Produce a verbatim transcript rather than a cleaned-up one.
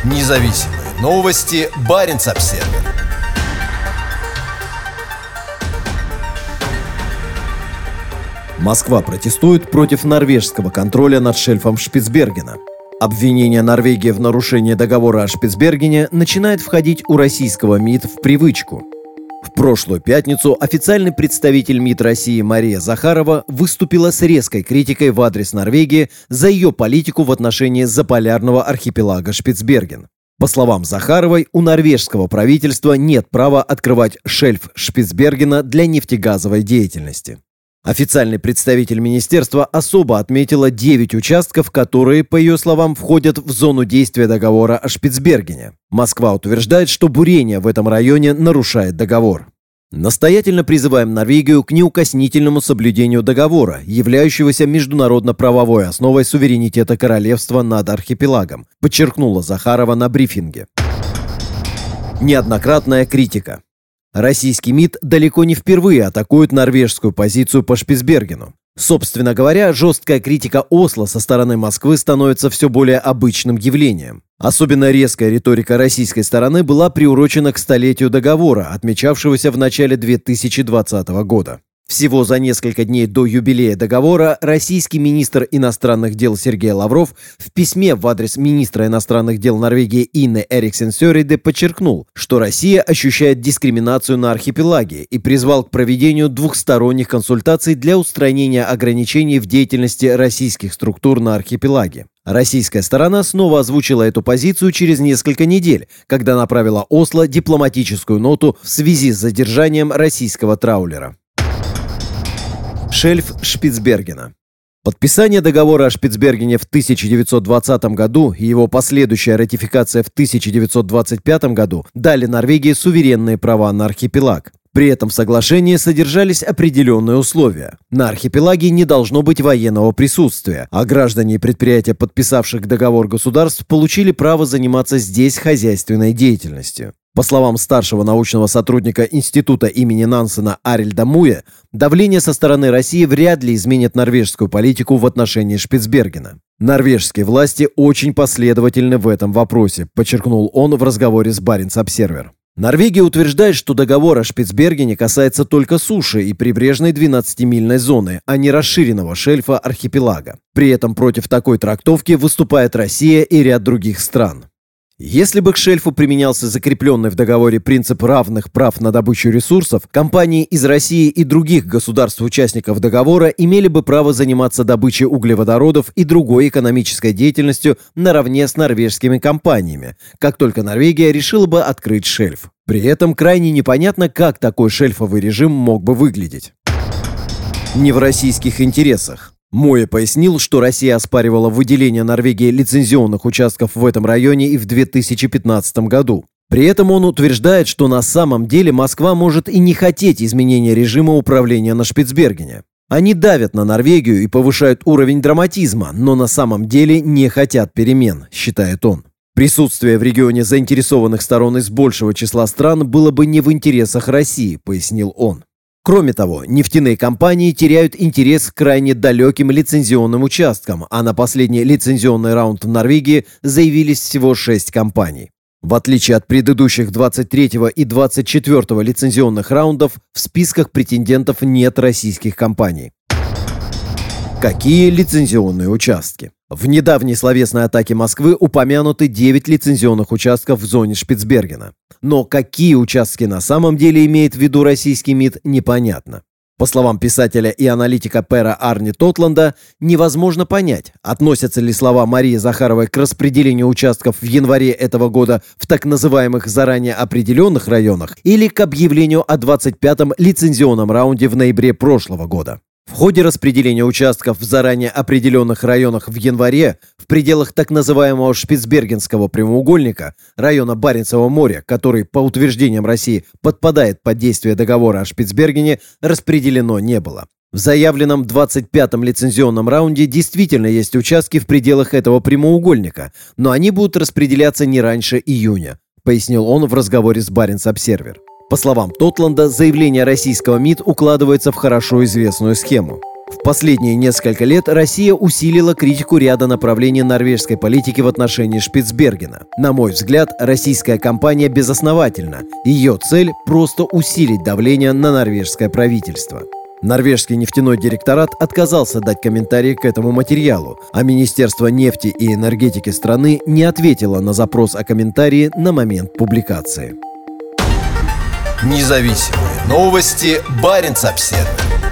Независимые новости. Баренц-Обсервер. Москва протестует против норвежского контроля над шельфом Шпицбергена. Обвинение Норвегии в нарушении договора о Шпицбергене начинает входить у российского МИД в привычку. В прошлую пятницу официальный представитель МИД России Мария Захарова выступила с резкой критикой в адрес Норвегии за ее политику в отношении заполярного архипелага Шпицберген. По словам Захаровой, у норвежского правительства нет права открывать шельф Шпицбергена для нефтегазовой деятельности. Официальный представитель министерства особо отметила девять участков, которые, по ее словам, входят в зону действия договора о Шпицбергене. Москва утверждает, что бурение в этом районе нарушает договор. Настоятельно призываем Норвегию к неукоснительному соблюдению договора, являющегося международно-правовой основой суверенитета королевства над архипелагом, подчеркнула Захарова на брифинге. Неоднократная критика. Российский МИД далеко не впервые атакует норвежскую позицию по Шпицбергену. Собственно говоря, жесткая критика Осло со стороны Москвы становится все более обычным явлением. Особенно резкая риторика российской стороны была приурочена к столетию договора, отмечавшегося в начале две тысячи двадцатого года. Всего за несколько дней до юбилея договора российский министр иностранных дел Сергей Лавров в письме в адрес министра иностранных дел Норвегии Инны Эриксен Søreide подчеркнул, что Россия ощущает дискриминацию на архипелаге и призвал к проведению двухсторонних консультаций для устранения ограничений в деятельности российских структур на архипелаге. Российская сторона снова озвучила эту позицию через несколько недель, когда направила Осло дипломатическую ноту в связи с задержанием российского траулера. Шельф Шпицбергена. Подписание договора о Шпицбергене в тысяча девятьсот двадцатом году и его последующая ратификация в тысяча девятьсот двадцать пятом году дали Норвегии суверенные права на архипелаг. При этом в соглашении содержались определенные условия. На архипелаге не должно быть военного присутствия, а граждане и предприятия, подписавших договор государств, получили право заниматься здесь хозяйственной деятельностью. По словам старшего научного сотрудника института имени Нансена Арильда Муя, давление со стороны России вряд ли изменит норвежскую политику в отношении Шпицбергена. Норвежские власти очень последовательны в этом вопросе, подчеркнул он в разговоре с Баренц-Обсервер. Норвегия утверждает, что договор о Шпицбергене касается только суши и прибрежной двенадцатимильной зоны, а не расширенного шельфа архипелага. При этом против такой трактовки выступает Россия и ряд других стран. Если бы к шельфу применялся закрепленный в договоре принцип равных прав на добычу ресурсов, компании из России и других государств-участников договора имели бы право заниматься добычей углеводородов и другой экономической деятельностью наравне с норвежскими компаниями, как только Норвегия решила бы открыть шельф. При этом крайне непонятно, как такой шельфовый режим мог бы выглядеть. Не в российских интересах. Муя пояснил, что Россия оспаривала выделение Норвегии лицензионных участков в этом районе и в две тысячи пятнадцатом году. При этом он утверждает, что на самом деле Москва может и не хотеть изменения режима управления на Шпицбергене. Они давят на Норвегию и повышают уровень драматизма, но на самом деле не хотят перемен, считает он. Присутствие в регионе заинтересованных сторон из большего числа стран было бы не в интересах России, пояснил он. Кроме того, нефтяные компании теряют интерес к крайне далеким лицензионным участкам, а на последний лицензионный раунд в Норвегии заявились всего шесть компаний. В отличие от предыдущих двадцать третьего и двадцать четвёртого лицензионных раундов, в списках претендентов нет российских компаний. Какие лицензионные участки? В недавней словесной атаке Москвы упомянуты девять лицензионных участков в зоне Шпицбергена. Но какие участки на самом деле имеет в виду российский МИД, непонятно. По словам писателя и аналитика Пера Арни Тотланда, невозможно понять, относятся ли слова Марии Захаровой к распределению участков в январе этого года в так называемых заранее определенных районах или к объявлению о двадцать пятом лицензионном раунде в ноябре прошлого года. В ходе распределения участков в заранее определенных районах в январе в пределах так называемого Шпицбергенского прямоугольника, района Баренцева моря, который, по утверждениям России, подпадает под действие договора о Шпицбергене, распределено не было. В заявленном двадцать пятом лицензионном раунде действительно есть участки в пределах этого прямоугольника, но они будут распределяться не раньше июня, пояснил он в разговоре с Баренц-Обсервер. По словам Тотланда, заявление российского МИД укладывается в хорошо известную схему. В последние несколько лет Россия усилила критику ряда направлений норвежской политики в отношении Шпицбергена. На мой взгляд, российская кампания безосновательна. Ее цель – просто усилить давление на норвежское правительство. Норвежский нефтяной директорат отказался дать комментарии к этому материалу, а Министерство нефти и энергетики страны не ответило на запрос о комментарии на момент публикации. Независимые новости. Баренц-Обседный.